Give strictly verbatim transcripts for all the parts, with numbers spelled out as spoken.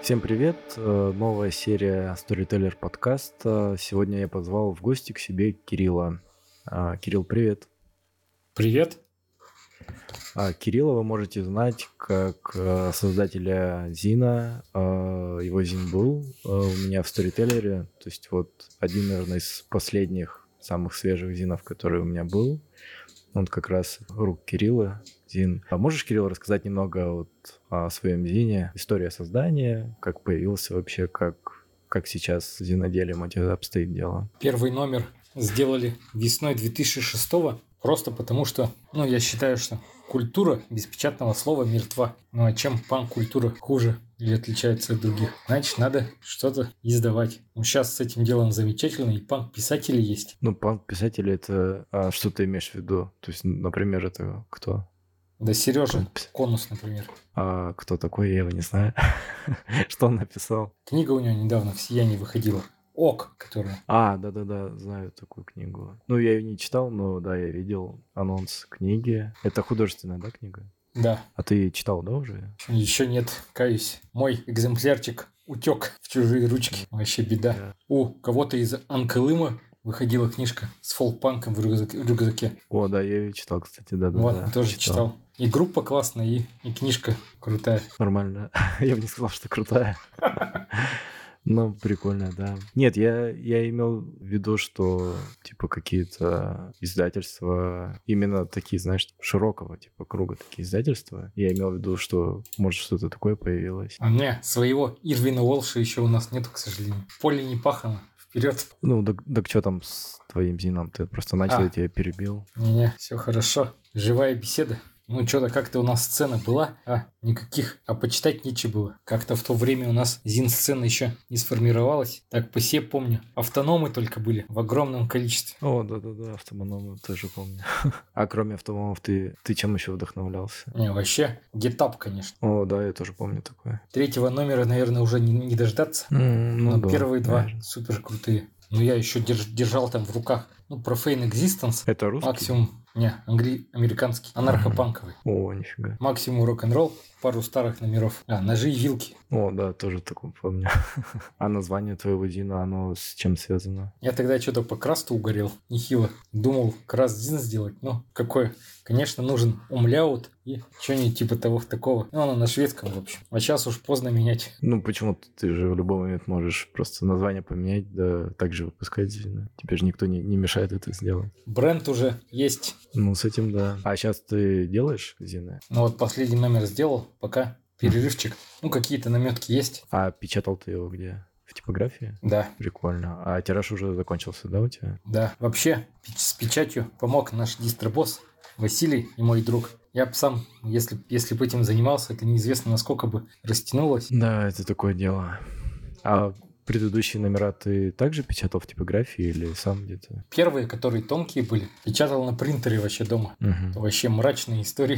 Всем привет! Э, Новая серия Storyteller подкаста. Сегодня я позвал в гости к себе Кирилла. А, Кирилл, привет! Привет! А, Кирилла вы можете знать как э, создателя Зина. Э, Его Зин был э, у меня в Storyteller. То есть вот один, наверное, из последних, самых свежих Зинов, который у меня был. Он как раз рук Кирилла, Зин. А можешь, Кирилл, рассказать немного вот о своем Зине? История создания, как появился вообще, как, как сейчас с зиноделием у тебя обстоит дело? Первый номер сделали весной две тысячи шестого, просто потому что, ну, я считаю, что культура без печатного слова мертва. Ну, а чем панк-культура хуже или отличается от других? Значит, надо что-то издавать. Ну, сейчас с этим делом замечательно, и панк-писатели есть. Ну, панк-писатели — это а, что ты имеешь в виду? То есть, например, это кто? Да Сережа Панк-пис- Конус, например. А кто такой, я его не знаю. Что он написал? Книга у него недавно в «Сиянии» выходила. Ок, которая. А, да-да-да, знаю такую книгу. Ну, я ее не читал, но да, я видел анонс книги. Это художественная, да, книга? Да, А ты читал, да, уже? еще нет, каюсь. Мой экземплярчик утек в чужие ручки. Вообще беда. Да. У кого-то из Анкылыма выходила книжка с фолк-панком в рюкзаке. в рюкзаке. О, да, я ее читал, кстати, да-да-да. Вот, тоже читал. И группа классная, и, и книжка крутая. Нормально. Я бы не сказал, что крутая. Ну, прикольно, да. Нет, я, я имел в виду, что типа какие-то издательства, именно такие, знаешь, широкого типа круга такие издательства. Я имел в виду, что может что-то такое появилось. А мне своего Ирвина Уолша еще у нас нету, к сожалению. Поле не пахано. Вперед. Ну, так, так что там с твоим Зином? Ты просто начал, А. я тебя перебил. Не-не, все хорошо. Живая беседа. Ну, что-то как-то у нас сцена была, а никаких, а почитать нечего было. Как-то в то время у нас зин-сцена еще не сформировалась. Так по себе помню. Автономы только были в огромном количестве. О, да-да-да, автономы тоже помню. А кроме автономов ты, ты чем еще вдохновлялся? Не, вообще, гетап, конечно. О, да, я тоже помню такое. Третьего номера, наверное, уже не, не дождаться. М, ну Но да, первые два наверное. супер крутые. Но я еще держ- держал там в руках, ну, Profane Existence, Это русский? максимум, не, англи- американский, анархопанковый. О, нифига. Максимум рок-н-ролл, пару старых номеров. А, ножи и вилки. О, да, тоже такое помню. А название твоего Зина, оно с чем связано? Я тогда что-то по красту угорел, нехило. Думал краст зин сделать, ну, какой? Конечно, нужен умляут и что-нибудь типа того такого. Ну, оно на шведском, в общем. А сейчас уж поздно менять. Ну, почему ты же в любой момент можешь просто название поменять, да также выпускать Зина. Тебе же никто не, не мешает это сделать. Бренд уже есть. Ну, с этим да. А сейчас ты делаешь Зины? Ну, вот последний номер сделал, пока перерывчик. Ну, какие-то наметки есть. А печатал ты его где? В типографии? Да. Прикольно. А тираж уже закончился, да, у тебя? Да, вообще печ- с печатью помог наш дистробосс Василий и мой друг. Я бы сам, если, если бы этим занимался, это неизвестно, насколько бы растянулось. Да, это такое дело. А предыдущие номера ты также печатал в типографии или сам где-то? Первые, которые тонкие были, печатал на принтере вообще дома. Мгм. Это вообще мрачные истории.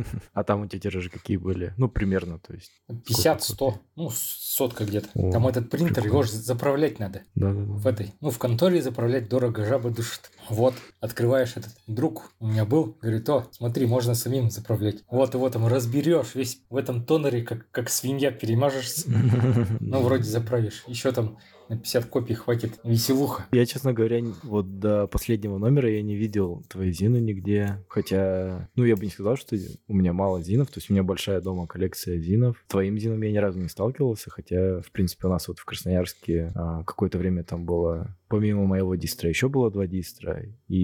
А там у тебя тиражи какие были? Ну, примерно, то есть. пятьдесят-сто, ну, сотка где-то. О, Там этот принтер, прикольно. его же заправлять надо. Да-да-да. В этой, ну, в конторе заправлять дорого, жаба душит. Вот, открываешь этот. Друг у меня был, говорит, о, смотри, можно самим заправлять. Вот его там разберешь, весь в этом тонере, как, как свинья, перемажешься. Ну, вроде заправишь. Еще там на пятьдесят копий хватит. Веселуха. Я, честно говоря, н- вот до последнего номера я не видел твои Зины нигде. Хотя, ну, я бы не сказал, что у меня мало Зинов. То есть у меня большая дома коллекция Зинов. Твоим Зином я ни разу не сталкивался. Хотя, в принципе, у нас вот в Красноярске а, какое-то время там было... Помимо моего дистра еще было два дистра.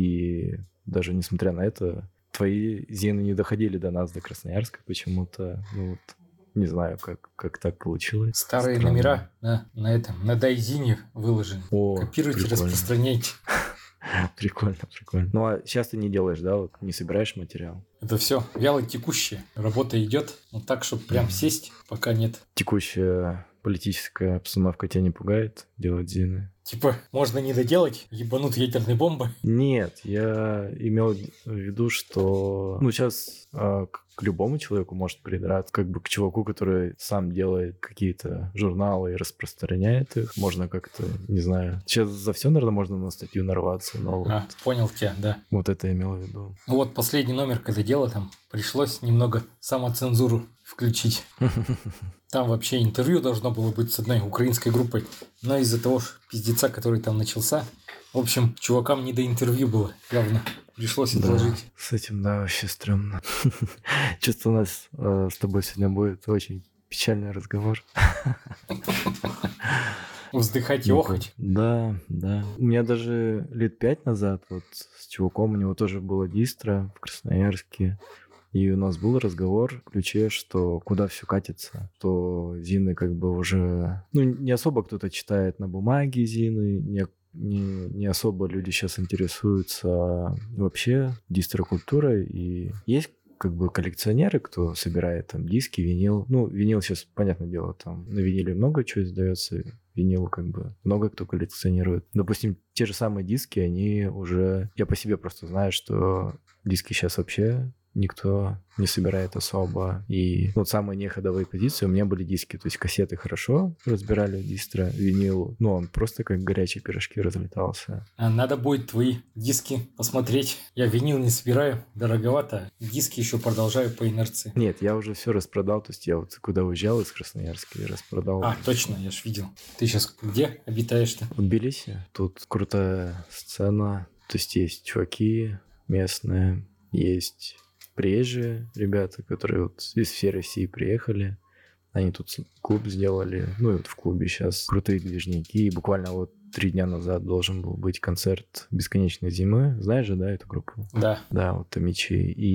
И даже несмотря на это, твои Зины не доходили до нас, до Красноярска почему-то. Ну, вот, не знаю, как, как так получилось. Старые Странно. номера на, на этом, на Дайзине выложены. О, Копируйте, прикольно. распространяйте. Прикольно, прикольно. Ну, а сейчас ты не делаешь, да? Вот не собираешь материал? Это все вяло текущее. Работа идет, но так, чтобы прям сесть, пока нет. Текущая политическая обстановка тебя не пугает делать Зины? Типа, можно не доделать, ебанут ядерной бомбы. Нет, я имел в виду, что... Ну, сейчас к любому человеку может придраться, как бы к чуваку, который сам делает какие-то журналы и распространяет их. Можно как-то, не знаю, сейчас за все, наверное, можно на статью нарваться, но вот, А, понял тебя, да. вот это я имел в виду. Вот последний номер, когда делал, там пришлось немного самоцензуру включить. Там вообще интервью должно было быть с одной украинской группой, но из-за того ж пиздеца, который там начался, в общем, чувакам не до интервью было, явно. Пришлось отложить. Да, с этим, да, вообще стрёмно. Чувство у нас э, с тобой сегодня будет очень печальный разговор. Вздыхать и охать. Да, да. У меня даже лет пять назад вот с чуваком, у него тоже было дистро в Красноярске. И у нас был разговор в ключе, что куда все катится, что зины как бы уже... Ну, не особо кто-то читает на бумаге зины, не, не, не особо люди сейчас интересуются вообще дистрокультурой. И есть как бы коллекционеры, кто собирает там диски, винил. Ну, винил сейчас, понятное дело, там на виниле много чего издается, винил как бы много кто коллекционирует. Допустим, те же самые диски, они уже... Я по себе просто знаю, что диски сейчас вообще... никто не собирает особо. И вот самые неходовые позиции у меня были диски. То есть кассеты хорошо разбирали дистро, винил, ну, он просто как горячие пирожки разлетался. А надо будет твои диски посмотреть. Я винил не собираю, дороговато. Диски еще продолжаю по инерции. Нет, я уже все распродал. То есть я вот куда уезжал из Красноярска, я распродал. А, точно, я ж видел. Ты сейчас где обитаешь-то? В Тбилиси. Тут крутая сцена. То есть есть чуваки местные, есть... приезжие ребята, которые вот из всей России приехали. Они тут клуб сделали. Ну и вот в клубе сейчас крутые движники. И буквально вот три дня назад должен был быть концерт «Бесконечной зимы». Знаешь же, да, эту группу? Да. Да, вот Томичи.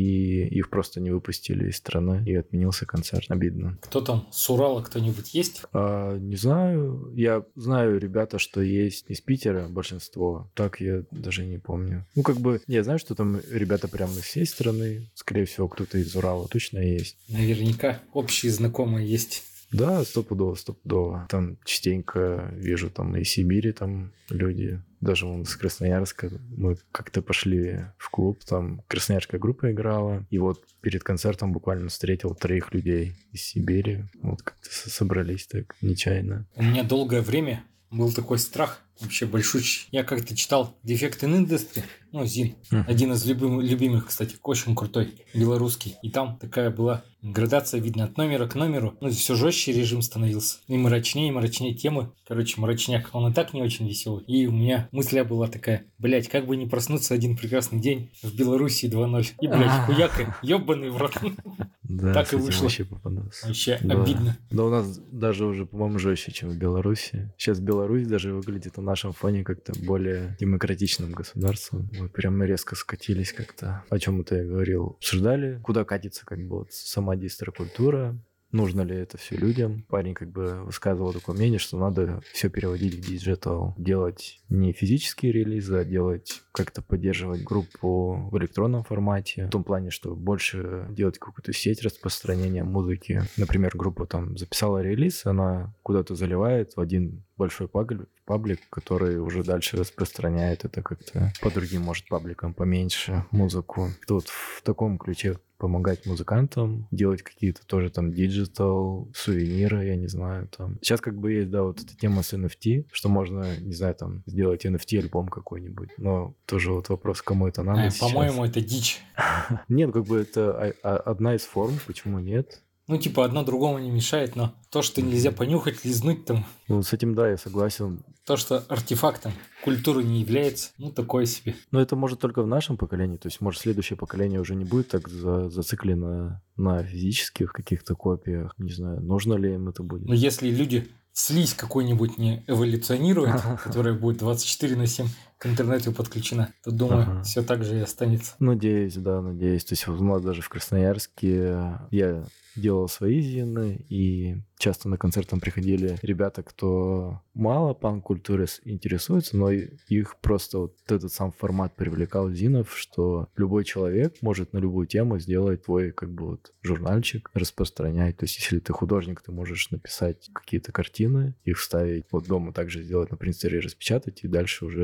И их просто не выпустили из страны. И отменился концерт. Обидно. Кто там? С Урала кто-нибудь есть? А, не знаю. Я знаю, ребята, что есть из Питера большинство. Так я даже не помню. Ну, как бы, я знаю, что там ребята прямо из всей страны. Скорее всего, кто-то из Урала точно есть. Наверняка общие знакомые есть. Да, стопудово, стопудово. Там частенько вижу там и из Сибири там люди. Даже вон с Красноярска. Мы как-то пошли в клуб, там красноярская группа играла. И вот перед концертом буквально встретил троих людей из Сибири. Вот как-то собрались так нечаянно. У меня долгое время был такой страх, вообще большущий. Я как-то читал Defect in Industry, ну, Зин. Хм. Один из любим- любимых, кстати, очень крутой, белорусский. И там такая была градация, видно, от номера к номеру. Ну, все жестче режим становился. И мрачнее, и мрачнее темы. Короче, мрачняк, он и так не очень веселый. И у меня мысля была такая, блять, как бы не проснуться один прекрасный день в Белоруссии два ноль. И, блядь, хуяка, ебаный в рот. Да, Так с и этим вышло. вообще попадался. Вообще Да. обидно. Да у нас даже уже, по-моему, жестче, чем в Беларуси. Сейчас Беларусь даже выглядит на нашем фоне как-то более демократичным государством. Мы прям резко скатились как-то. О чем это я говорил? Обсуждали, куда катится как бы вот сама дистрокультура. Нужно ли это все людям? Парень как бы высказывал такое мнение, что надо все переводить в диджитал. Делать не физические релизы, а делать, как-то поддерживать группу в электронном формате. В том плане, что больше делать какую-то сеть распространения музыки. Например, группа там записала релиз, она куда-то заливает в один большой паблик, паблик, который уже дальше распространяет это как-то по другим, может, пабликам поменьше музыку. Тут в таком ключе помогать музыкантам, делать какие-то тоже там диджитал, сувениры, я не знаю, там. Сейчас как бы есть, да, вот эта тема с эн эф ти, что можно, не знаю, там, сделать эн эф ти-альбом какой-нибудь, но тоже вот вопрос, кому это надо Э, сейчас. По-моему, это дичь. Нет, как бы это а- а- одна из форм, почему нет? Ну, типа, одно другому не мешает, но то, что нельзя понюхать, лизнуть там, Ну, с этим, да, я согласен. то, что артефактом культуры не является, ну, такое себе. Но это может только в нашем поколении, то есть, может, следующее поколение уже не будет так за- зациклено на физических каких-то копиях, не знаю, нужно ли им это будет. Но если люди слизь какой-нибудь не эволюционирует, которая будет двадцать четыре на семь к интернету подключена, то, думаю, Ага. все так же и останется. Надеюсь, да, надеюсь. То есть вот у нас даже в Красноярске я делал свои зины, и часто на концерт там приходили ребята, кто мало панк-культурой с- интересуется, но и- их просто вот этот сам формат привлекал зинов, что любой человек может на любую тему сделать твой как бы вот журнальчик, распространять. То есть если ты художник, ты можешь написать какие-то картины, их вставить вот дома, также сделать на принтере, распечатать и дальше уже продавать.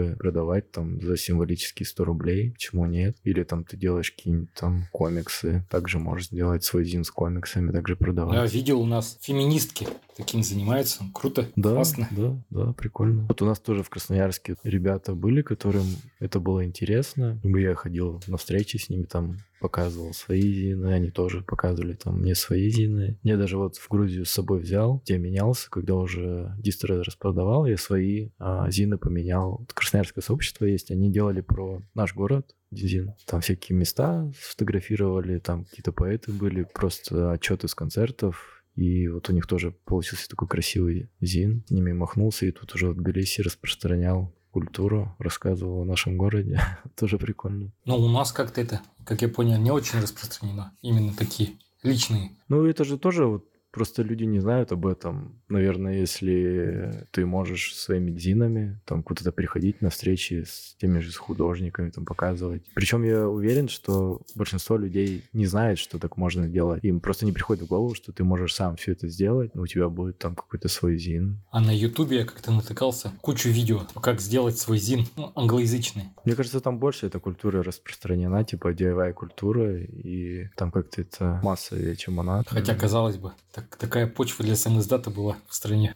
продавать там за символические сто рублей, почему нет? Или там ты делаешь какие-нибудь там комиксы, также можешь сделать свой зин с комиксами, также продавать. Я видел, у нас феминистки таким занимаются, круто, Да, классно. да, да, прикольно. Вот у нас тоже в Красноярске ребята были, которым это было интересно. Я ходил на встречи с ними, там показывал свои зины, они тоже показывали там мне свои зины. Я даже вот в Грузию с собой взял, где менялся, когда уже дистро распродавал, я свои а, зины поменял. Вот Красноярское сообщество есть, они делали про наш город, зин. Там всякие места сфотографировали, там какие-то поэты были, просто отчеты с концертов. И вот у них тоже получился такой красивый зин. С ними махнулся, и тут уже в Тбилиси распространял культуру, рассказывал о нашем городе. Тоже прикольно. Но у нас как-то это, как я понял, не очень распространено. Именно такие личные. Ну, это же тоже вот просто люди не знают об этом. Наверное, если ты можешь своими зинами там куда-то приходить на встречи с теми же художниками, там показывать. Причем я уверен, что большинство людей не знает, что так можно делать. Им просто не приходит в голову, что ты можешь сам все это сделать, но у тебя будет там какой-то свой зин. А на Ютубе я как-то натыкался кучу видео, как сделать свой зин, ну, англоязычный. Мне кажется, там больше эта культура распространена, типа ди ай вай-культура, и там как-то это массовее, чем она. Хотя, казалось бы, так, такая почва для самоиздата была в стране.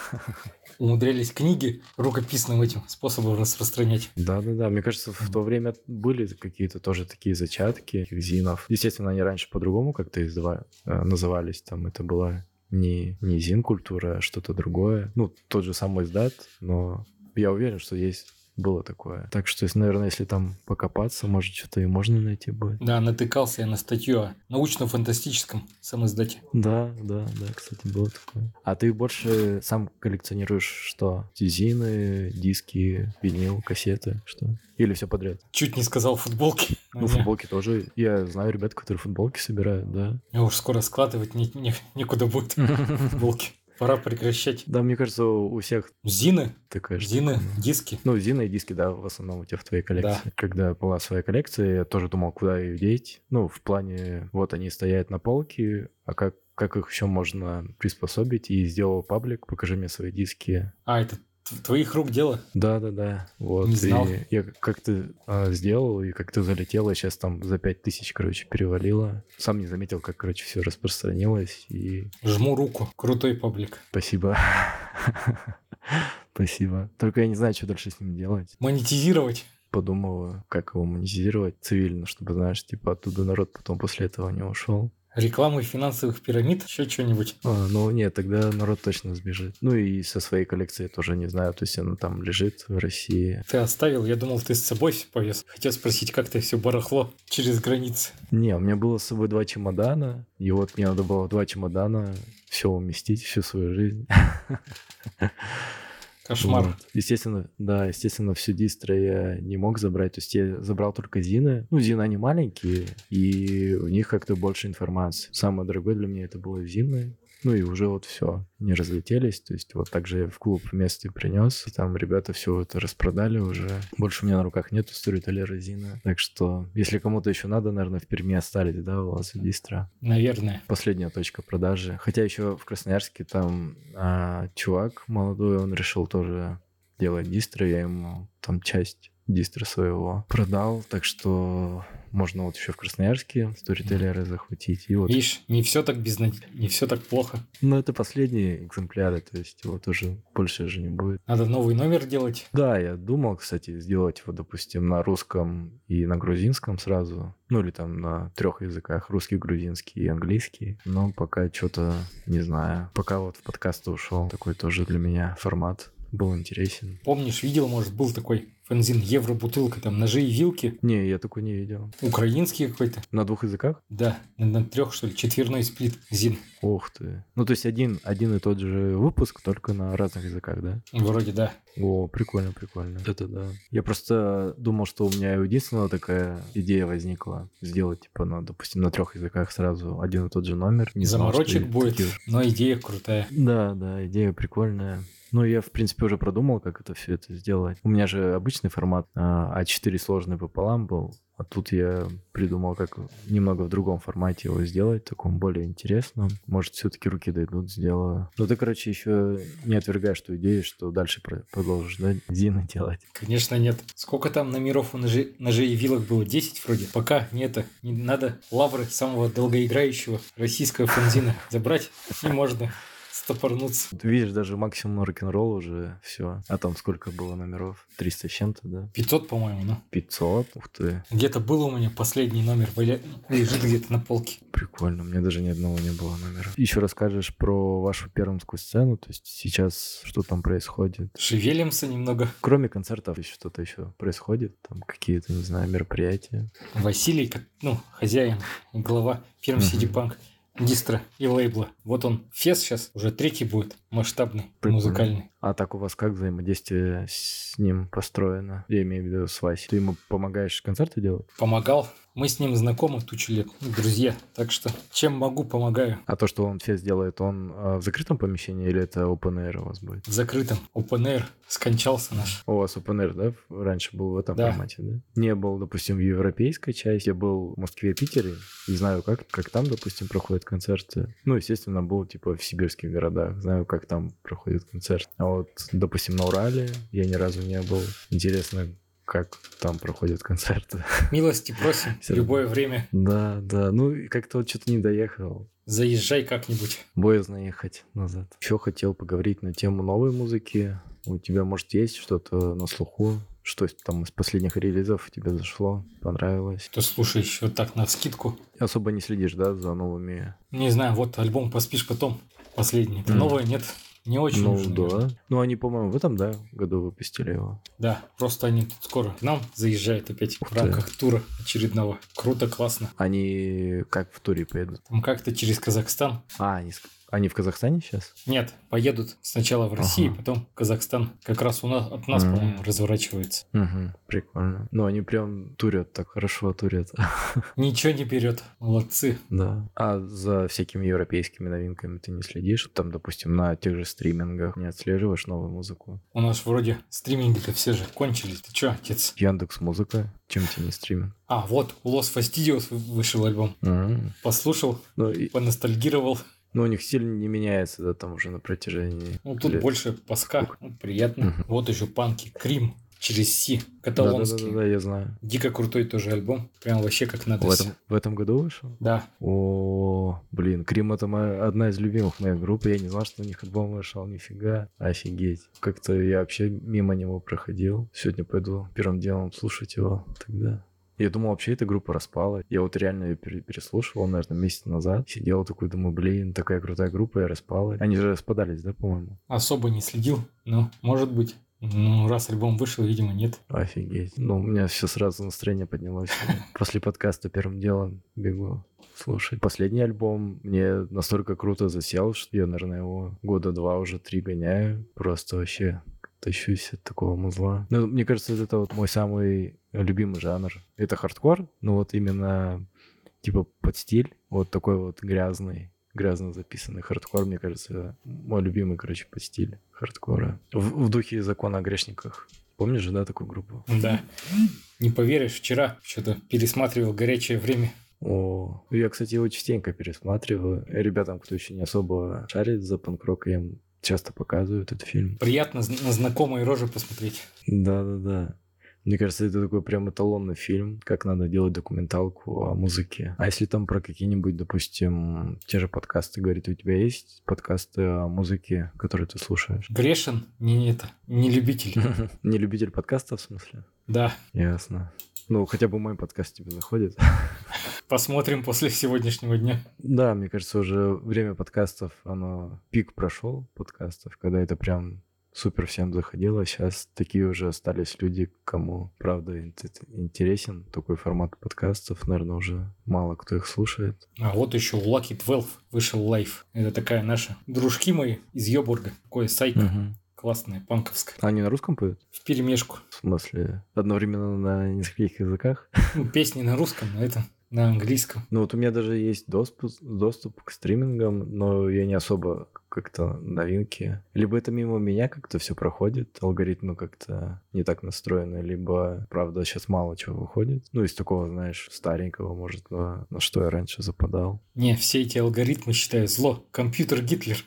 Умудрялись книги рукописным этим способом распространять. Да-да-да, мне кажется, в то время были какие-то тоже такие зачатки зинов. Естественно, они раньше по-другому как-то издава... назывались, там это была не, не зин-культура, а что-то другое. Ну, тот же самый издат, но я уверен, что есть... Было такое. Так что, наверное, если там покопаться, может, что-то и можно найти будет. Да, натыкался я на статью о научно-фантастическом самоиздате. Да, да, да, кстати, было такое. А ты больше сам коллекционируешь что? Зины, диски, винил, кассеты, что? Или все подряд? Чуть не сказал футболки. Ну, футболки тоже. Я знаю ребят, которые футболки собирают, да. Я уж скоро складывать не, не, некуда будет футболки. Пора прекращать. Да, мне кажется, у всех Зины, такая зины, штука. диски. Ну, зины и диски, да, в основном у тебя в твоей коллекции. Да. Когда была своя коллекция, я тоже думал, куда ее деть. Ну, в плане, вот они стоят на полке, а как, как их еще можно приспособить? И сделал паблик, покажи мне свои диски. А, это твоих рук дело? Да-да-да, вот. Не знал. И я как-то а, сделал, и как-то залетело, сейчас там за пять тысяч, короче, перевалило. Сам не заметил, как, короче, все распространилось, и... Жму руку. Крутой паблик. Спасибо. Спасибо. Только я не знаю, что дальше с ним делать. Монетизировать. Подумал, как его монетизировать цивильно, чтобы, знаешь, типа оттуда народ потом после этого не ушел. Рекламы финансовых пирамид, еще что-нибудь. А, ну нет, тогда народ точно сбежит. Ну и со своей коллекцией тоже не знаю, то есть она там лежит в России. Ты оставил, я думал, ты с собой все повез. Хотел спросить, как ты все барахло через границы. Не, у меня было с собой два чемодана, и вот мне надо было два чемодана все уместить, всю свою жизнь. Кошмар. Вот. Естественно, да, естественно, всю дистро я не мог забрать. То есть я забрал только зины. Ну, зины они маленькие, и у них как-то больше информации. Самое дорогое для меня это было зины. Ну и уже вот все, не разлетелись. То есть вот так же я в клуб вместе принес. И там ребята все это распродали уже. Больше у меня на руках нету сторителлера зина. Так что, если кому-то еще надо, наверное, в Перми остались, да, у вас дистро. Наверное. Последняя точка продажи. Хотя еще в Красноярске там а, чувак молодой, он решил тоже делать дистро. Я ему там часть дистро своего продал. Так что... Можно вот еще в Красноярске сторителлеры захватить. И вот... Видишь, не все так безнадежно, не все так плохо. Ну, это последние экземпляры, то есть его тоже больше же не будет. Надо новый номер делать. Да, я думал, кстати, сделать его, допустим, на русском и на грузинском сразу. Ну, или там на трех языках. Русский, грузинский и английский. Но пока что-то не знаю. Пока вот в подкасты ушел. Такой тоже для меня формат был интересен. Помнишь, видел, может, был такой фанзин «Евробутылка», там ножи и вилки? Не, я такой не видел. Украинский какой-то. На двух языках? Да, на, на трех, что ли, четверной сплит зин. Ух ты. Ну, то есть один, один и тот же выпуск, только на разных языках, да? Вроде да. О, прикольно, прикольно. Это да. Я просто думал, что у меня у единственного такая идея возникла. Сделать, типа, ну, допустим, на трех языках сразу один и тот же номер. Не знал, Заморочек что будет, такие... но идея крутая. Да, да, идея прикольная. Ну, я, в принципе, уже продумал, как это все это сделать. У меня же обычный формат а четыре сложный пополам был, А тут я придумал, как немного в другом формате его сделать, таком более интересном. Может, все-таки руки дойдут, сделаю. Ну, ты, короче, еще не отвергаешь ту идею, что дальше про- продолжишь, да, Зины делать? Конечно, нет. Сколько там номеров у ножей, ножей и вилок было? десять вроде? Пока не это. Не надо лавры самого долгоиграющего российского фанзина забрать, и можно стопорнуться. Ты видишь, даже максимум рок-н-ролл уже все. А там сколько было номеров? триста с чем-то, да? пятьсот, по-моему, ну. пятьсот? Ух ты. Где-то был у меня последний номер, валя- лежит где-то на полке. Прикольно, у меня даже ни одного не было номера. Еще расскажешь про вашу пермскую сцену, то есть сейчас что там происходит? Шевелимся немного. Кроме концертов еще что-то еще происходит? Там какие-то, не знаю, мероприятия? Василий, как- ну, хозяин, глава Перм Сити Панк, дистро и лейбла. Вот он, фест сейчас, уже третий будет, масштабный, Прикольно. музыкальный. А так у вас как взаимодействие с ним построено? Я имею в виду с Васей. Ты ему помогаешь концерты делать? Помогал. Мы с ним знакомы тучу лет, ну, друзья. Так что чем могу, помогаю. А то, что он фест делает, он а, в закрытом помещении или это open air у вас будет? В закрытом. Open Air. Скончался наш. У вас open air, да? Раньше был в этом Да. формате, да? Не был, допустим, в европейской части. Я был в Москве, Питере. Не знаю, как, как там, допустим, проходят концерты. Ну, естественно, был, типа, в сибирских городах. Знаю, как там проходит концерт. А вот, допустим, на Урале я ни разу не был. Интересно, как там проходят концерты. Милости просим. Всё Любое время. Да, да. Ну, и как-то вот что-то не доехал. Заезжай как-нибудь. Боязно ехать назад. Еще хотел поговорить на тему новой музыки. У тебя, может, есть что-то на слуху? Что там из последних релизов тебе зашло, понравилось? Ты слушаешь вот так навскидку. Особо не следишь, да, за новыми? Не знаю, вот альбом «Поспишь потом». Последний. Это Мгм. новое, нет? Не очень Ну, уже, да. наверное. Ну, они, по-моему, в этом, да, году выпустили его. Да, просто они тут скоро к нам заезжают опять Ух в ты. рамках тура очередного. Круто, классно. Они как в туре поедут? Там как-то через Казахстан. А, они, с- они в Казахстане сейчас? Нет, поедут сначала в Россию, Ага. потом в Казахстан. Как раз у нас, от нас, Мгм. по-моему, разворачивается. Угу, прикольно. Ну, они прям турят, так хорошо турят. Ничего не берет. Молодцы. Да. А за всякими европейскими новинками ты не следишь? Там, допустим, на тех же стримингах не отслеживаешь новую музыку? У нас вроде стриминги-то все же кончились. Ты чё, отец? Яндекс Музыка, чем тебе не стриминг? А, вот, у Los Fastidios вы- вышел альбом. М. Послушал, Ну, и- поностальгировал. ну, у них сильно не меняется, да, там уже на протяжении Ну, тут лет. больше паска. Ну, приятно. Мгм. Вот еще панки. Крим через Си. Да-да-да, Каталонский. да, я знаю. Дико крутой тоже альбом. Прям вообще как надо. В всё. этом, в этом году вышел? Да. О, блин, Крим — это моя, одна из любимых моих групп. Я не знал, что у них альбом вышел. Нифига. Офигеть. Как-то я вообще мимо него проходил. Сегодня пойду первым делом слушать его тогда. Я думал, вообще эта группа распала. Я вот реально ее пере- переслушивал, наверное, месяц назад. Сидел такой, думаю, блин, такая крутая группа, и распала. Они же распадались, да, по-моему? Особо не следил. Но, может быть. Ну, раз альбом вышел, видимо, нет. Офигеть. Ну, у меня все сразу настроение поднялось. После подкаста первым делом бегу слушать. Последний альбом мне настолько круто засел, что я, наверное, его года два, уже три гоняю. Просто вообще тащусь от такого музла. Ну, мне кажется, это вот мой самый любимый жанр. Это хардкор, но вот именно типа под стиль. Вот такой вот грязный, грязно записанный хардкор, мне кажется, мой любимый, короче, под стиль хардкора. В, в духе «Закона о грешниках». Помнишь же, да, такую группу? Да. Не поверишь, вчера что-то пересматривал «Горячее время». О, я, кстати, его частенько пересматриваю. Ребятам, кто еще не особо шарит за панк-рок, я им часто показываю этот фильм. Приятно зн- на знакомые рожи посмотреть. Да-да-да. Мне кажется, это такой прям эталонный фильм, как надо делать документалку о музыке. А если там про какие-нибудь, допустим, те же подкасты, говорит, у тебя есть подкасты о музыке, которые ты слушаешь? Грешен? Не это. Не любитель. Не любитель подкастов, в смысле? Да. Ясно. Ну, хотя бы мой подкаст тебе заходит. Посмотрим после сегодняшнего дня. Да, мне кажется, уже время подкастов, оно пик прошел подкастов, когда это прям супер всем заходило. Сейчас такие уже остались люди, кому правда ин- интересен такой формат подкастов. Наверное, уже мало кто их слушает. А вот еще у Lucky двенадцать вышел лайв. Это такая наша дружки мои из Йобурга. Такое сайко. Мгм. Классное, панковское. А они на русском поют? В перемешку. В смысле, одновременно на нескольких языках? Ну, песни на русском, но это на английском. Ну вот у меня даже есть доступ, доступ к стримингам, но я не особо как-то новинки. Либо это мимо меня как-то все проходит, алгоритмы как-то не так настроены, либо, правда, сейчас мало чего выходит. Ну, из такого, знаешь, старенького, может, на, на что я раньше западал. Не, все эти алгоритмы считаю зло. Компьютер Гитлер.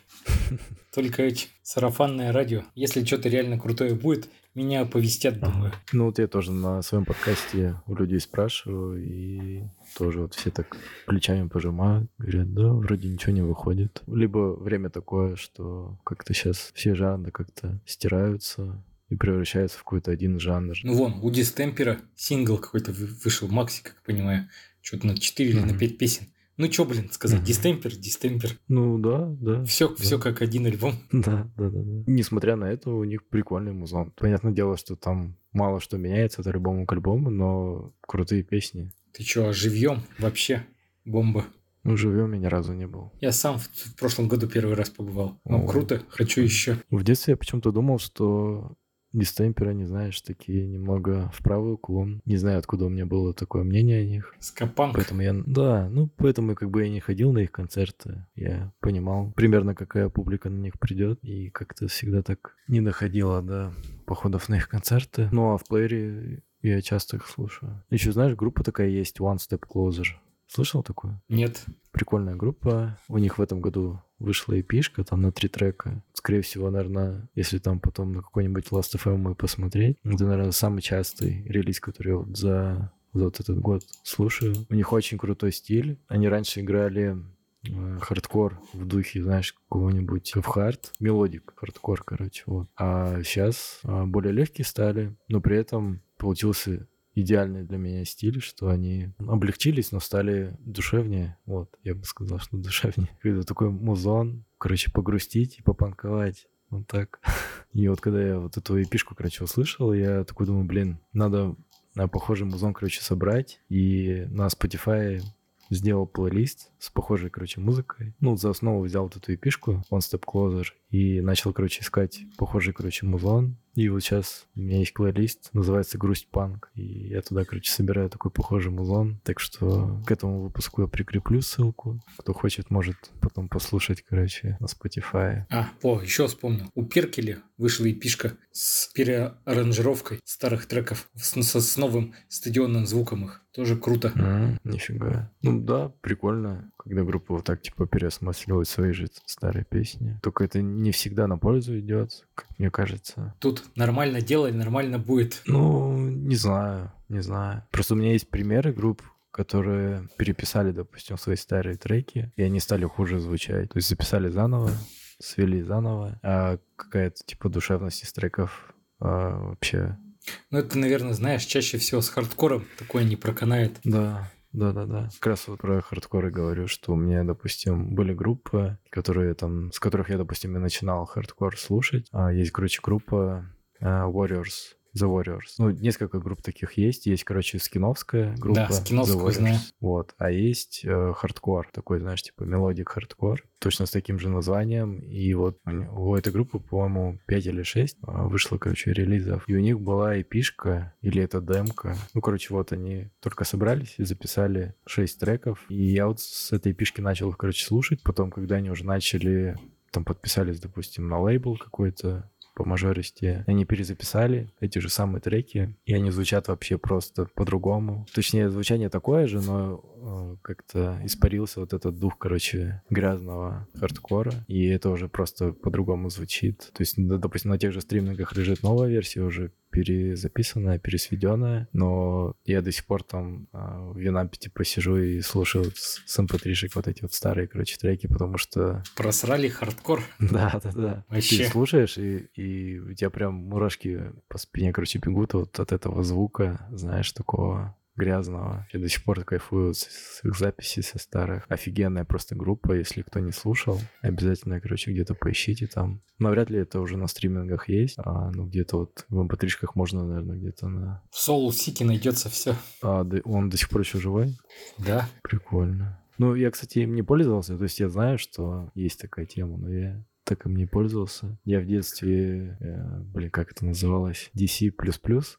Только эти сарафанное радио. Если что-то реально крутое будет, меня оповестят, думаю. Ну, вот я тоже на своем подкасте у людей спрашиваю, и тоже вот все так плечами пожимают, говорят, да, вроде ничего не выходит. Либо время такое, что как-то сейчас все жанры как-то стираются и превращаются в какой-то один жанр. Ну вон, у Дистемпера сингл какой-то вы- вышел, Макси, как понимаю, что-то на четыре или на Мгм. пять песен. Ну чё, блин, сказать, Мгм. Дистемпер, Дистемпер. Ну, да, да. Все, да. все как один альбом. Да, да, да, да. Несмотря на это, у них прикольный музон. Понятное дело, что там мало что меняется от альбома к альбому, но крутые песни. Ты чё, а живьем вообще бомба. Ну, живем я ни разу не был. Я сам в, в прошлом году первый раз побывал. Ну, О, круто, хочу еще. В детстве я почему-то думал, что Дистемпера, не знаешь, такие немного в правый уклон. Не знаю, откуда у меня было такое мнение о них. Скапанк. Поэтому я... Да, ну, поэтому как бы я не ходил на их концерты. Я понимал примерно, какая публика на них придет. И как-то всегда так не доходило до походов на их концерты. Ну, а в плеере я часто их слушаю. Еще, знаешь, группа такая есть, One Step Closer. Слышал такое? Нет. Прикольная группа. У них в этом году вышла эпишка, там на три трека. Скорее всего, наверное, если там потом на какой-нибудь Last эф эм посмотреть, это, наверное, самый частый релиз, который я вот за, за вот этот год слушаю. У них очень крутой стиль. Они раньше играли э, хардкор в духе, знаешь, какого-нибудь хард, мелодик хардкор, короче, вот. А сейчас э, более легкие стали, но при этом получился идеальный для меня стиль, что они облегчились, но стали душевнее. Вот, я бы сказал, что душевнее. Это такой музон, короче, погрустить и попанковать. Вот так. И вот когда я вот эту эпишку, короче, услышал, я такой думаю, блин, надо на похожий музон, короче, собрать. И на Spotify сделал плейлист с похожей, короче, музыкой. Ну, за основу взял вот эту эпишку One Step Closer и начал, короче, искать похожий, короче, музон. И вот сейчас у меня есть плейлист, называется «Грусть панк». И я туда, короче, собираю такой похожий музон. Так что к этому выпуску я прикреплю ссылку. Кто хочет, может потом послушать, короче, на Spotify. А, о, еще вспомнил. У Перкеля вышла эпишка с переаранжировкой старых треков с, с, с новым стадионным звуком их. Тоже круто. М, нифига. Ну да, прикольно, когда группа вот так, типа, переосмысливает свои же старые песни. Только это не всегда на пользу идет, как мне кажется. Тут нормально делай, нормально будет. Ну, не знаю, не знаю. Просто у меня есть примеры групп, которые переписали, допустим, свои старые треки, и они стали хуже звучать. То есть записали заново, свели заново, а какая-то, типа, душевность из треков а, вообще... Ну, это, наверное, знаешь, чаще всего с хардкором такое не проканает. Да, да, да, да. Как раз вот про хардкоры говорю, что у меня, допустим, были группы, которые там, с которых я, допустим, и начинал хардкор слушать. А есть, короче, группа а, Warriors. The Warriors. Ну, несколько групп таких есть. Есть, короче, скиновская группа. Да, скиновскую The Warriors. знаю. Вот. А есть э, хардкор. Такой, знаешь, типа мелодик хардкор. Точно с таким же названием. И вот у, не- у этой группы, по-моему, пять или шесть а, вышло, короче, релизов. И у них была эпишка, или это демка. Ну, короче, вот они только собрались и записали шесть треков. И я вот с этой эпишки начал их, короче, слушать. Потом, когда они уже начали, там, подписались, допустим, на лейбл какой-то, по мажористи. Они перезаписали эти же самые треки, и они звучат вообще просто по-другому. Точнее, звучание такое же, но э, как-то испарился вот этот дух, короче, грязного хардкора, и это уже просто по-другому звучит. То есть, да, допустим, на тех же стримингах лежит новая версия, уже перезаписанная, пересведенная, но я до сих пор там э, в Винампе типа сижу и слушаю с, с эм пэ три-шек вот эти вот старые, короче, треки, потому что... Просрали хардкор. Да, да, да. Вообще. Ты слушаешь, и, и у тебя прям мурашки по спине, короче, бегут вот от этого звука, знаешь, такого грязного. Я до сих пор кайфую с, с их записей, со старых. Офигенная просто группа, если кто не слушал. Обязательно, короче, где-то поищите там. Навряд ли это уже на стримингах есть, а ну где-то вот в эм пэ три-шках можно, наверное, где-то на... В Soul City найдется все. А, да, он до сих пор еще живой? Да. Прикольно. Ну, я, кстати, им не пользовался, то есть я знаю, что есть такая тема, но я так им не пользовался. Я в детстве, э, блин, как это называлось? ди си плюс плюс.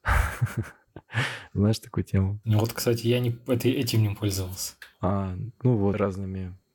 Знаешь такую тему? Ну вот, кстати, я не, это, этим не пользовался. А, ну вот, разными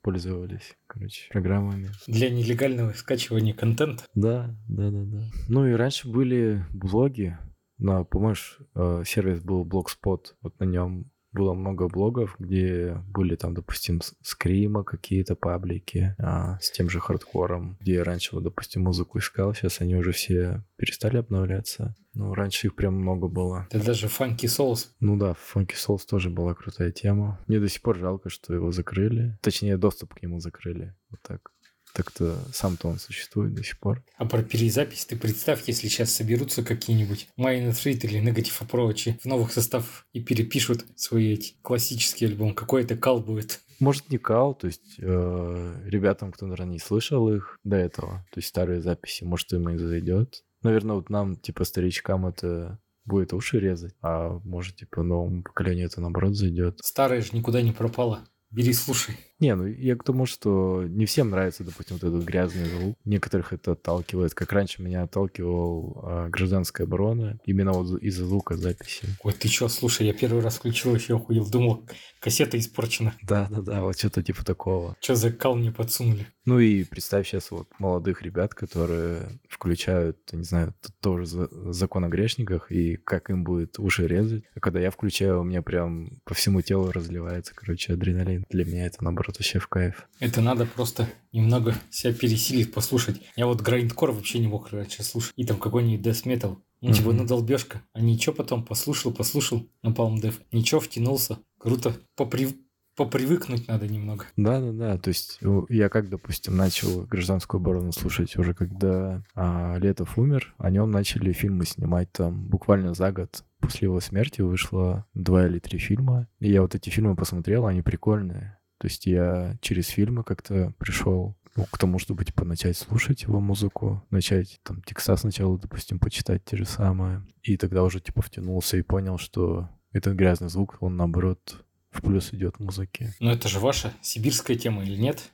пользовались, короче, программами. Для нелегального скачивания контента. Да, да, да, да. Ну и раньше были блоги. На, помнишь, э, сервис был Blogspot. Вот на нем было много блогов, где были там, допустим, с- скрима какие-то паблики а, с тем же хардкором, где я раньше, вот, допустим, музыку искал. Сейчас они уже все перестали обновляться. Ну, раньше их прям много было. Да даже Funky Souls. Ну да, Funky Souls тоже была крутая тема. Мне до сих пор жалко, что его закрыли. Точнее, доступ к нему закрыли. Вот так. Так-то сам-то он существует до сих пор. А про перезапись ты представь, если сейчас соберутся какие-нибудь Minor Threat или Negative Approach в новых составах и перепишут свои эти классические альбомы. Какой это кал будет? Может, не кал, то есть э, ребятам, кто, наверное, не слышал их до этого, то есть старые записи, может, им и зайдет. Наверное, вот нам, типа, старичкам это будет уши резать, а может, типа, новому поколению это, наоборот, зайдет. Старое же никуда не пропало. Бери, слушай. Не, ну я к тому, что не всем нравится, допустим, вот этот грязный звук. Некоторых это отталкивает. Как раньше меня отталкивал а, гражданская оборона. Именно вот из-за звука записи. Ой, ты чё, слушай, я первый раз включил, еще охуел. Думал, кассета испорчена. Да-да-да, вот что-то типа такого. Чё за кал мне подсунули? Ну и представь сейчас вот молодых ребят, которые включают, не знаю, т- тоже за- закон о грешниках, и как им будет уши резать. А когда я включаю, у меня прям по всему телу разливается, короче, адреналин. Для меня это, наоборот, вообще в кайф. Это надо просто немного себя пересилить, послушать. Я вот грайндкор вообще не мог раньше слушать. И там какой-нибудь death metal. Ну, типа, Мгм. ну, долбежка. А ничего потом послушал, послушал на Palm Dev. Ничего, втянулся. Круто. Поприв... Попривыкнуть надо немного. Да-да-да, то есть у- я как, допустим, начал гражданскую оборону слушать уже когда а, Летов умер, о нем начали фильмы снимать там буквально за год. После его смерти вышло два или три фильма, и я вот эти фильмы посмотрел, они прикольные. То есть я через фильмы как-то пришел ну, к тому, чтобы типа начать слушать его музыку, начать там текста сначала, допустим, почитать те же самые, и тогда уже типа втянулся и понял, что этот грязный звук, он наоборот в плюс идет музыке. Но это же ваша сибирская тема или нет?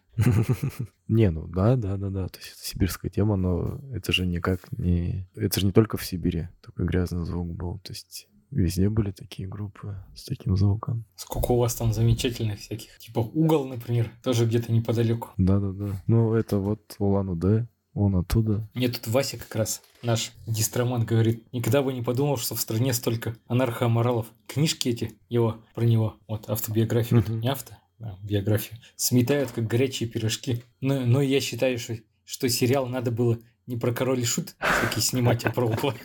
Не, ну да, да, да, да. То есть это сибирская тема, но это же никак не... Это же не только в Сибири такой грязный звук был. То есть везде были такие группы с таким звуком. Сколько у вас там замечательных всяких. Типа угол, например, тоже где-то неподалеку. Да, да, да. Ну, это вот Улан-Удэ, он оттуда. Мне тут Вася как раз, наш дистроман, говорит, никогда бы не подумал, что в стране столько анархоаморалов. Книжки эти его, про него, вот автобиографию, Мгм. не авто, а биографию, сметают как горячие пирожки. Но, но я считаю, что, что сериал надо было не про Король и Шут всякие снимать, а про, упла-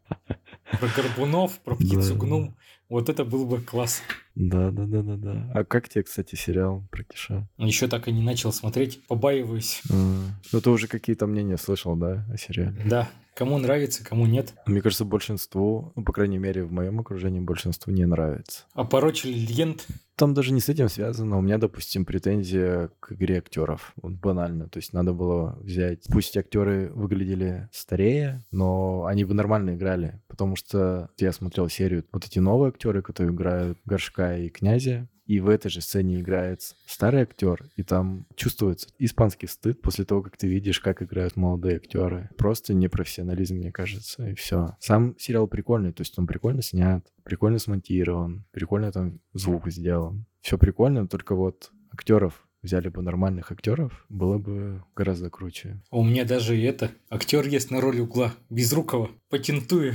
про Горбунов, про птицу Да. гном. Вот это был бы класс. Да, да, да, да, да. А как тебе, кстати, сериал про Киша? Еще так и не начал смотреть, побаиваюсь. М, Ну, ты уже какие-то мнения слышал, да, о сериале? Да, кому нравится, кому нет. Мне кажется, большинству, ну, по крайней мере, в моем окружении большинству не нравится. Опорочили легенд. Там даже не с этим связано. У меня, допустим, претензия к игре актеров. Вот банально. То есть надо было взять... Пусть актеры выглядели старее, но они бы нормально играли. Потому что я смотрел серию. Вот эти новые актеры, которые играют Горшка и Князя, и в этой же сцене играет старый актер, и там чувствуется испанский стыд после того, как ты видишь, как играют молодые актеры. Просто непрофессионализм, мне кажется, и все. Сам сериал прикольный, то есть он прикольно снят, прикольно смонтирован, прикольно там звук сделан. Все прикольно, только вот актеров взяли бы нормальных актеров, было бы гораздо круче. А у меня даже и это. Актер есть на роли угла. Безрукого. Патентую.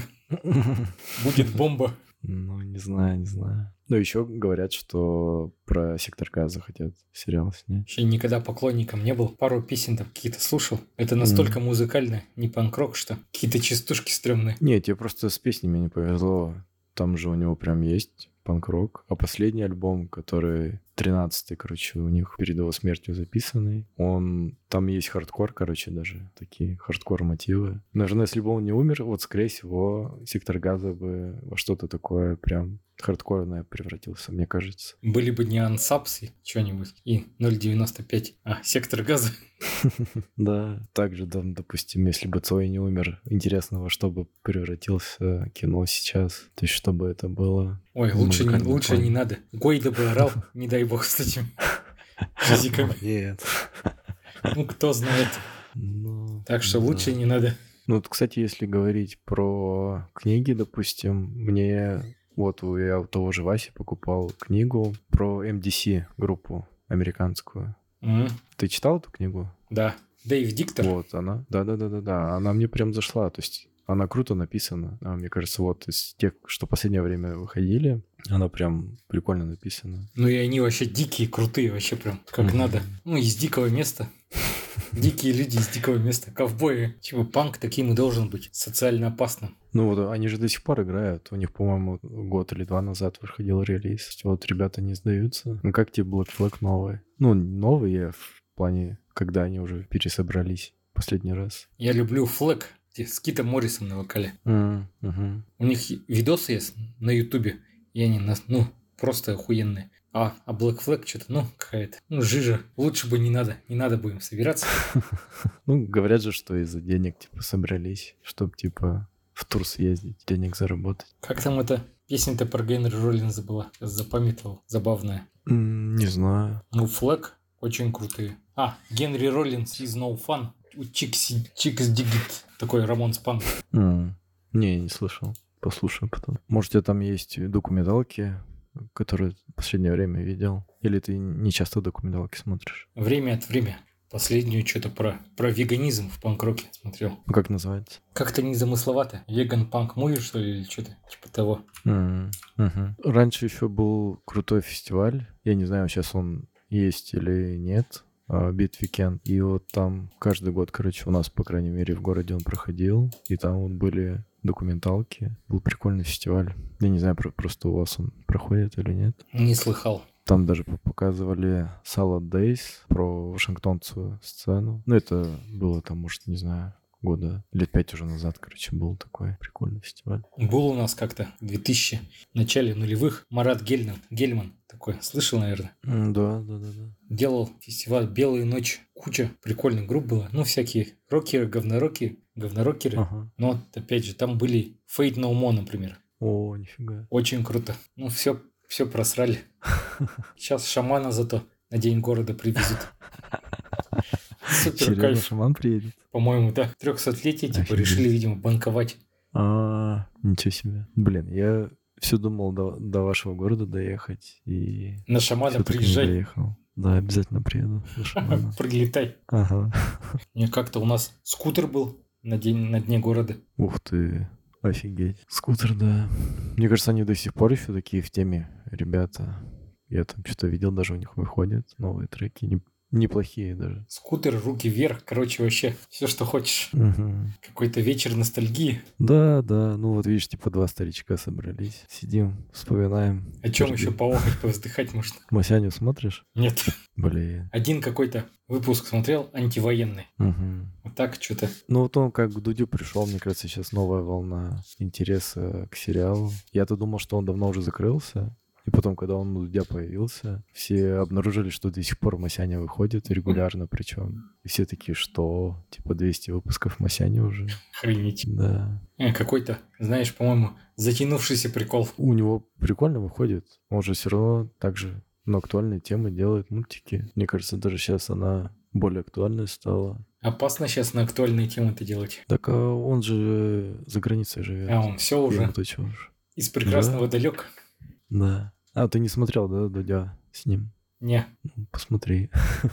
Будет бомба. Ну, не знаю, не знаю. Ну, еще говорят, что про сектор газа хотят сериал снять. Вообще никогда поклонником не был. Пару песен там какие-то слушал. Это настолько музыкально, не панк-рок, что какие-то частушки стрёмные. Не, тебе просто с песнями не повезло. Там же у него прям есть панк-рок. А последний альбом, который тринадцатый, короче, у них перед его смертью записанный, он... Там есть хардкор, короче, даже такие хардкор-мотивы. Наверное, если бы он не умер, вот, скорее всего, сектор газа бы во что-то такое прям хардкорное превратился, мне кажется. Были бы не ансапсы, что-нибудь, и ноль девяносто пять, а сектор газа. Да. Также, да, допустим, если бы Цой не умер, интересно, во что бы превратился кино сейчас. То есть, чтобы это было... Ой, в лучше, не, музыкальном лучше плане. не надо. Гойда бы орал, не дай бог с этим языками. Нет. Ну, кто знает. Ну, Так что не лучше знаю. не надо. Ну, вот, кстати, если говорить про книги, допустим, мне... Вот я у того же Васи покупал книгу про эм ди си группу американскую. М, Ты читал эту книгу? Да. Дэйв Диктор. Вот она. Да-да-да-да-да. Она мне прям зашла. То есть она круто написана. А, мне кажется, вот из тех, что в последнее время выходили, она прям прикольно написана. Ну и они вообще дикие, крутые, вообще прям как Мгм. надо. Ну, из дикого места. Дикие люди из дикого места. Ковбои. Типа панк таким и должен быть. Социально опасным. Ну вот они же до сих пор играют. У них, по-моему, год или два назад выходил релиз. Вот ребята не сдаются. Ну как тебе Black Flag новый? Ну, новые в плане, когда они уже пересобрались последний раз. Я люблю Флэк, где с Китом Моррисом на вокале. М, мгм. У них и- видосы есть на Ютубе, и они, нас- ну, просто охуенные. А, а Black Flag что-то, ну, какая-то, ну, жижа. Лучше бы не надо, не надо будем собираться. Ну, говорят же, что из-за денег, типа, собрались, чтобы, типа, в тур съездить, денег заработать. Как там эта песня-то про Генри Роллинза была? Сейчас запамятовал. Забавная. М, Не знаю. Ну, Flag очень крутые. А, Генри Роллинз is no fun. У Чикси, Чикс Дигит. Такой Рамон Спан. М, Не, не слышал. Послушаю потом. Может, у тебя там есть документалки, которые в последнее время видел? Или ты не часто документалки смотришь? Время от времени. Последнюю что-то про, про веганизм в панк-роке смотрел. Ну, как называется? Как-то незамысловато. Веган панк муви, что ли, или что-то типа того. М, мгм. Раньше еще был крутой фестиваль. Я не знаю, сейчас он есть или нет. Бит Weekend. И вот там каждый год, короче, у нас, по крайней мере, в городе он проходил. И там вот были документалки. Был прикольный фестиваль. Я не знаю, про- просто у вас он проходит или нет. Не слыхал. Там даже п- показывали Salad Days про вашингтонскую сцену. Ну, это было там, может, не знаю, года лет пять уже назад, короче, был такой прикольный фестиваль. Был у нас как-то в две тысячи начале нулевых Марат Гельман, Гельман такой, слышал, наверное. М, Да, да, да, да. Делал фестиваль «Белая ночь». Куча прикольных групп было. Ну, всякие рокеры, говнороки, говнорокеры. Ага. Но вот, опять же, там были Fate No More, например. О, нифига. Очень круто. Ну, все, все просрали. Сейчас шамана зато на День города привезут. Супер Серьезно, кайф. шаман приедет? По-моему, да. трехсотлетие, типа, Офигеть. решили, видимо, банковать. А, ничего себе. Блин, я все думал до, до вашего города доехать и На шамана все-таки не приезжай. доехал. Да, обязательно приеду на шамана. Прилетай. Ага. У меня как-то у нас скутер был на, день, на дне города. Ух ты, офигеть. Скутер, да. Мне кажется, они до сих пор еще такие в теме, ребята. Я там что-то видел, даже у них выходят новые треки. Не- неплохие даже. Скутер, руки вверх. Короче, вообще все, что хочешь. Мгм. Какой-то вечер ностальгии. Да, да. Ну вот видишь, типа два старичка собрались. Сидим, вспоминаем. О чем Каждый- еще поохать, повздыхать можно? Масяню смотришь? Нет. Блин. Один какой-то выпуск смотрел антивоенный. Мгм. Вот так что-то. Ну вот он как к Дудю пришел, мне кажется, сейчас новая волна интереса к сериалу. Я-то думал, что он давно уже закрылся. И потом, когда он у Дудя появился, все обнаружили, что до сих пор Масяня выходит регулярно причем. И все такие, что? Типа двести выпусков Масяни уже. Охренеть. Да. Э, Какой-то, знаешь, по-моему, затянувшийся прикол. У него прикольно выходит. Он же все равно так же на актуальные темы делает мультики. Мне кажется, даже сейчас она более актуальной стала. Опасно сейчас на актуальные темы это делать. Так а он же за границей живет. А он все уже Ему-то чего ж. из прекрасного далека. Да. А, ты не смотрел, да, Дудя с ним? Не, Ну, посмотри.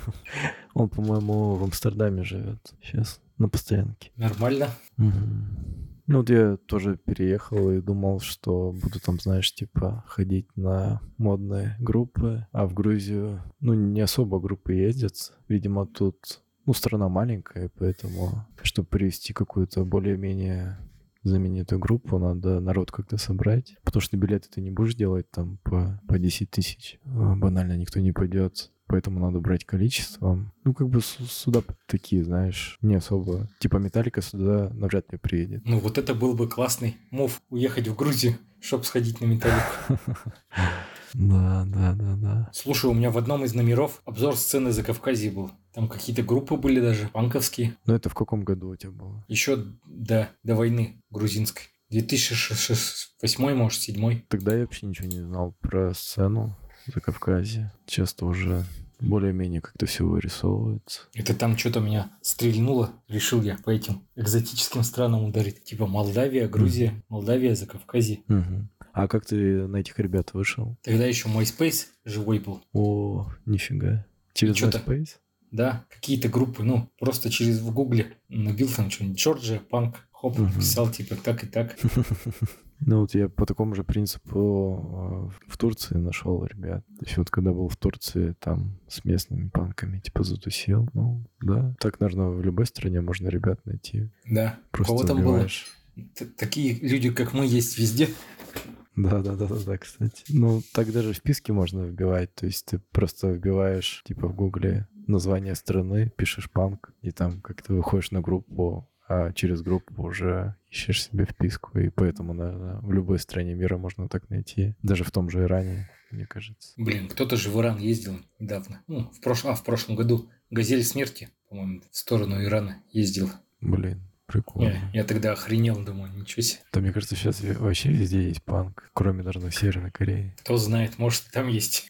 Он, по-моему, в Амстердаме живет сейчас на постоянке. нормально. Мгм. Ну, вот я тоже переехал и думал, что буду там, знаешь, типа ходить на модные группы, а в Грузию, ну, не особо группы ездят. Видимо, тут, ну, страна маленькая, поэтому, чтобы привести какую-то более-менее знаменитую группу, надо народ как-то собрать, потому что билеты ты не будешь делать там по, по десять тысяч. А, Банально никто не пойдет. Поэтому надо брать количеством. Ну, как бы с- сюда такие, знаешь, не особо. Типа Металлика сюда навряд ли приедет. Ну вот это был бы классный мув уехать в Грузию, чтобы сходить на металлику. Да, да, да, да. Слушай, у меня в одном из номеров обзор сцены Закавказья был. Там какие-то группы были даже, панковские. Но это в каком году у тебя было? Еще до, до войны грузинской. две тысячи восьмой, может, седьмой. Тогда я вообще ничего не знал про сцену Закавказья. Часто уже более-менее как-то все вырисовывается. Это там что-то меня стрельнуло. Решил я по этим экзотическим странам ударить. Типа Молдавия, Грузия, Молдавия, Закавказье. Мгм. А как ты на этих ребят вышел? Тогда еще MySpace живой был. О, нифига. Через чё-то- MySpace? Да, какие-то группы, ну, просто через в гугле набил там что-нибудь Джорджия, панк, хоп, Мгм. написал типа так и так. Ну вот я по такому же принципу э, в Турции нашел ребят. То есть вот когда был в Турции, там с местными панками типа затусил. Ну да, так, наверное, в любой стране можно ребят найти. Да, у Просто кого там было? вбиваешь. Т- Такие люди, как мы, есть везде. Да-да-да-да, кстати. Ну, так даже в списке можно вбивать. То есть ты просто вбиваешь, типа, в Гугле название страны, пишешь панк, и там как-то выходишь на группу, а через группу уже ищешь себе вписку. И поэтому, наверное, в любой стране мира можно так найти. Даже в том же Иране, мне кажется. Блин, кто-то же в Иран ездил недавно. Ну, в прошлом, а, в прошлом году. Газель смерти, по-моему, в сторону Ирана ездил. Блин, Я, прикольно. я тогда охренел, думаю, ничего себе. Да, мне кажется, сейчас ве- вообще везде есть панк, кроме, наверное, Северной Кореи. Кто знает, может, и там есть.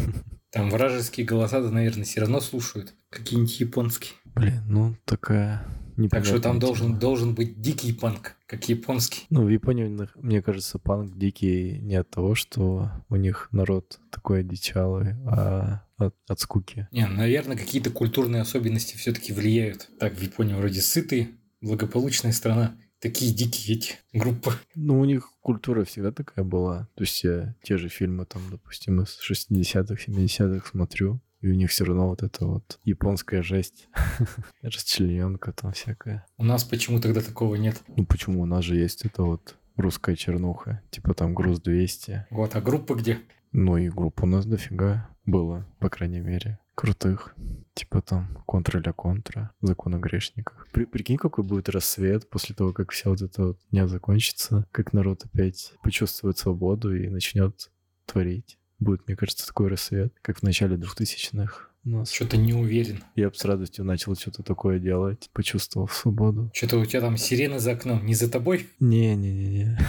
Там вражеские голоса, наверное, все равно слушают. Какие-нибудь японские. Блин, ну такая Так что там непонятная должен, тема. должен быть дикий панк, как японский. Ну, в Японии, нах- мне кажется, панк дикий не от того, что у них народ такой одичалый, а от, от скуки. Не, наверное, какие-то культурные особенности все-таки влияют. Так, в Японии вроде сытые, благополучная страна. Такие дикие эти группы. Ну, у них культура всегда такая была. То есть я те же фильмы, там, допустим, из шестидесятых, семидесятых смотрю, и у них все равно вот это вот японская жесть. Расчлененка там всякая. У нас почему тогда такого нет? Ну, почему? У нас же есть это вот русская чернуха. Типа там груз двести. Вот, а группа где? Ну и групп у нас дофига было, по крайней мере, крутых. Типа там контра-ля контра, закон о грешниках. При, прикинь, какой будет рассвет после того, как вся вот эта вот дня закончится, как народ опять почувствует свободу и начнет творить. Будет, мне кажется, такой рассвет, как в начале двухтысячных у нас. Что-то не уверен. Я бы с радостью начал что-то такое делать, почувствовав свободу. Что-то у тебя там сирены за окном. Не за тобой? Не-не-не-не.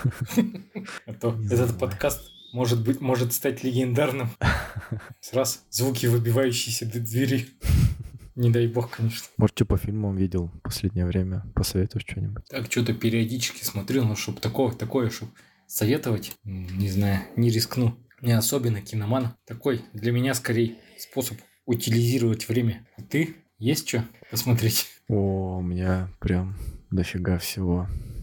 А то Не этот знаю. подкаст может быть, может стать легендарным. Сразу звуки выбивающиеся до двери. Не дай бог, конечно. Может, что по фильмам видел в последнее время? Посоветуй что-нибудь. Так, что-то периодически смотрю, но чтобы такое, такое, чтобы советовать, м, не знаю, не рискну. Не особенно киноман. Такой для меня скорее способ утилизировать время. А ты? Есть что посмотреть? О, у меня прям дофига всего.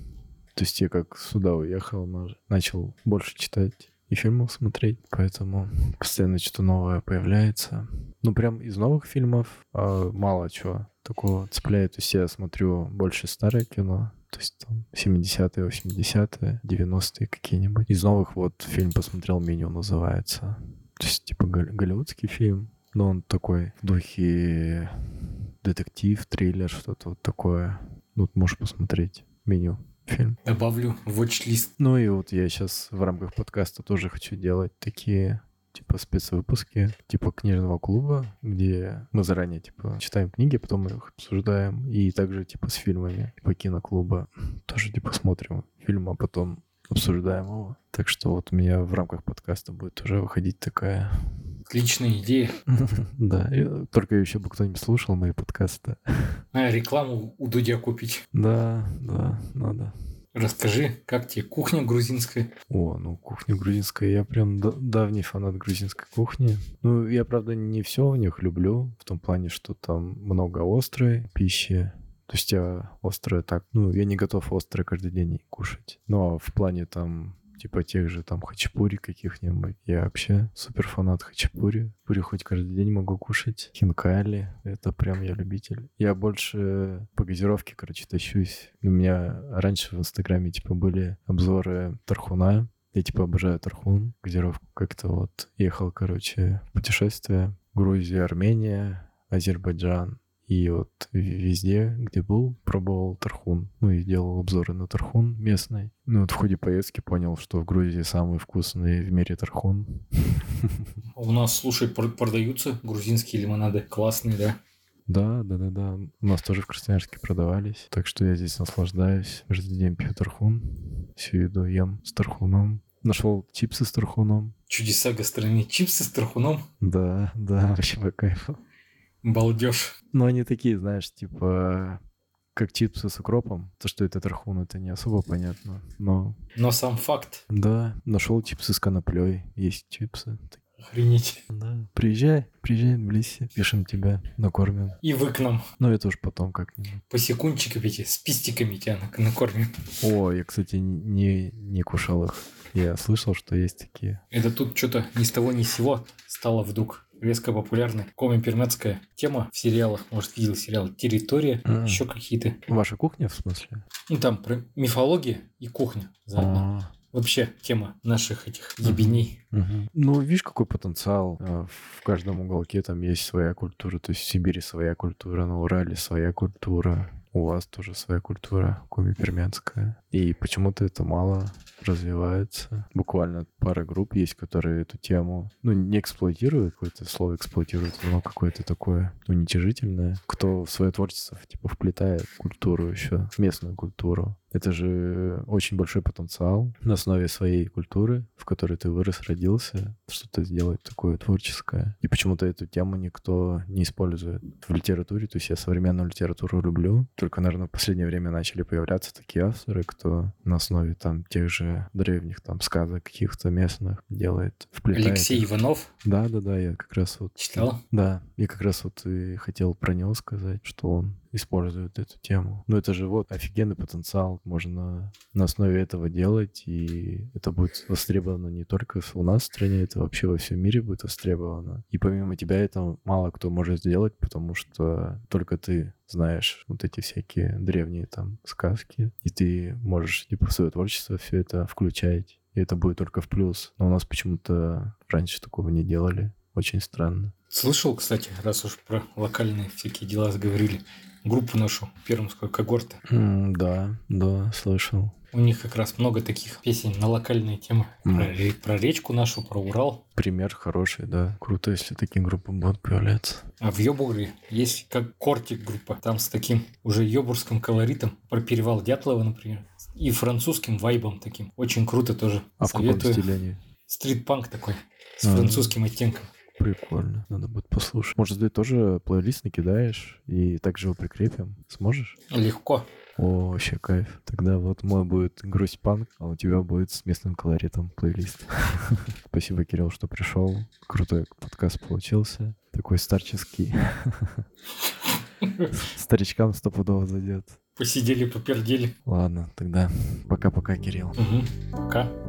То есть я как сюда уехал, наж- начал больше читать и фильмов смотреть, поэтому постоянно что-то новое появляется. Ну, прям из новых фильмов а, мало чего такого цепляет. То есть я смотрю больше старое кино, то есть там семидесятые, восьмидесятые, девяностые какие-нибудь. Из новых вот фильм посмотрел, «Меню» называется. То есть типа гол- голливудский фильм, но он такой в духе детектив, триллер, что-то вот такое. Ну, вот можешь посмотреть «Меню» фильм. Добавлю в watch-лист. Ну и вот я сейчас в рамках подкаста тоже хочу делать такие типа спецвыпуски, типа книжного клуба, где мы заранее типа читаем книги, потом мы их обсуждаем, и также типа с фильмами, типа киноклуба, тоже типа смотрим фильм, а потом обсуждаем его. Так что вот у меня в рамках подкаста будет уже выходить такая... Отличная идея. Да, и только еще бы кто-нибудь слушал мои подкасты. А, рекламу у Дудя купить. Да, да, надо. Расскажи, как тебе кухня грузинская? О, ну кухня грузинская, я прям да- давний фанат грузинской кухни. Ну, я, правда, не все у них люблю, в том плане, что там много острой пищи. То есть я острое так, ну, я не готов острое каждый день кушать. Но в плане там, типа тех же там хачапури каких-нибудь, я вообще супер фанат хачапури. Пури хоть каждый день могу кушать. Хинкали, это прям я любитель. Я больше по газировке, короче, тащусь. У меня раньше в Инстаграме, типа, были обзоры тархуна. Я, типа, обожаю тархун, газировку. Как-то вот ехал, короче, в путешествие. Грузия, Армения, Азербайджан. И вот везде, где был, пробовал тархун. Ну и делал обзоры на тархун местный. Ну вот в ходе поездки понял, что в Грузии самый вкусный в мире тархун. У нас, слушай, пр- продаются грузинские лимонады. Классные, да? Да, да, да, да. У нас тоже в Красноярске продавались. Так что я здесь наслаждаюсь. Каждый день пью тархун. Всю еду ем с тархуном. Нашел чипсы с тархуном. Чудеса гастрономии. Чипсы с тархуном. Да, да, вообще по кайфу. Балдеж. Но они такие, знаешь, типа, как чипсы с укропом. То, что это тархун, это не особо понятно. Но Но сам факт. да, нашел чипсы с коноплей. Есть чипсы. Охренеть. Да. Приезжай, приезжай в Тбилиси, пишем тебя, накормим. И вы к нам. Ну, это уж потом как-нибудь. По секундчикам эти, с пистиками тебя нак- накормим. О, я, кстати, не, не кушал их. Я слышал, что есть такие. Это тут что-то ни с того ни с сего стало вдруг резко популярной коми-пермяцкая тема в сериалах. Может, видел сериал «Территория», А. еще какие-то. Ваша кухня, в смысле? Ну, там про мифология и кухня заодно. А, Вообще тема наших этих ебеней. мгм. Ну, видишь, какой потенциал. А, В каждом уголке там есть своя культура. То есть в Сибири своя культура, на Урале своя культура. У вас тоже своя культура, коми-пермянская. И почему-то это мало развивается. Буквально пара групп есть, которые эту тему, ну, не эксплуатируют, какое-то слово эксплуатируют, но какое-то такое уничижительное. Кто в свое творчество, типа, вплетает культуру еще, местную культуру. Это же очень большой потенциал на основе своей культуры, в которой ты вырос, родился, что-то сделать такое творческое. И почему-то эту тему никто не использует в литературе. То есть я современную литературу люблю, только, наверное, в последнее время начали появляться такие авторы, кто на основе там тех же древних там сказок каких-то местных делает, вплетает. Алексей их. Иванов. Да-да-да, я как раз вот... Читал? Да, я как раз вот и хотел про него сказать, что он использует эту тему. Но это же вот офигенный потенциал. Можно на основе этого делать, и это будет востребовано не только у нас в стране, это вообще во всем мире будет востребовано. И помимо тебя это мало кто может сделать, потому что только ты знаешь вот эти всякие древние там сказки, и ты можешь типа в свое творчество все это включать. И это будет только в плюс. Но у нас почему-то раньше такого не делали. Очень странно. Слышал, кстати, раз уж про локальные всякие дела заговорили, группу нашу, пермскую когорту. М, да, да, слышал. У них как раз много таких песен на локальные темы. М. Про, ре- про речку нашу, про Урал. Пример хороший, да. Круто, если такие группы будут появляться. А в Ёбуре есть как Кортик группа. Там с таким уже ёбурским колоритом. Про перевал Дятлова, например. И французским вайбом таким. Очень круто тоже. А в каком Советую. стиле они? Стрит-панк такой. С А. французским оттенком. Прикольно. Надо будет послушать. Может, ты тоже плейлист накидаешь и также его прикрепим? Сможешь? Легко. О, вообще кайф. Тогда вот мой будет грусть-панк, а у тебя будет с местным колоритом плейлист. Спасибо, Кирилл, что пришел. Крутой подкаст получился. Такой старческий. Старичкам стопудово зайдет. Посидели, попердели. Ладно, тогда пока-пока, Кирилл. Угу. Пока.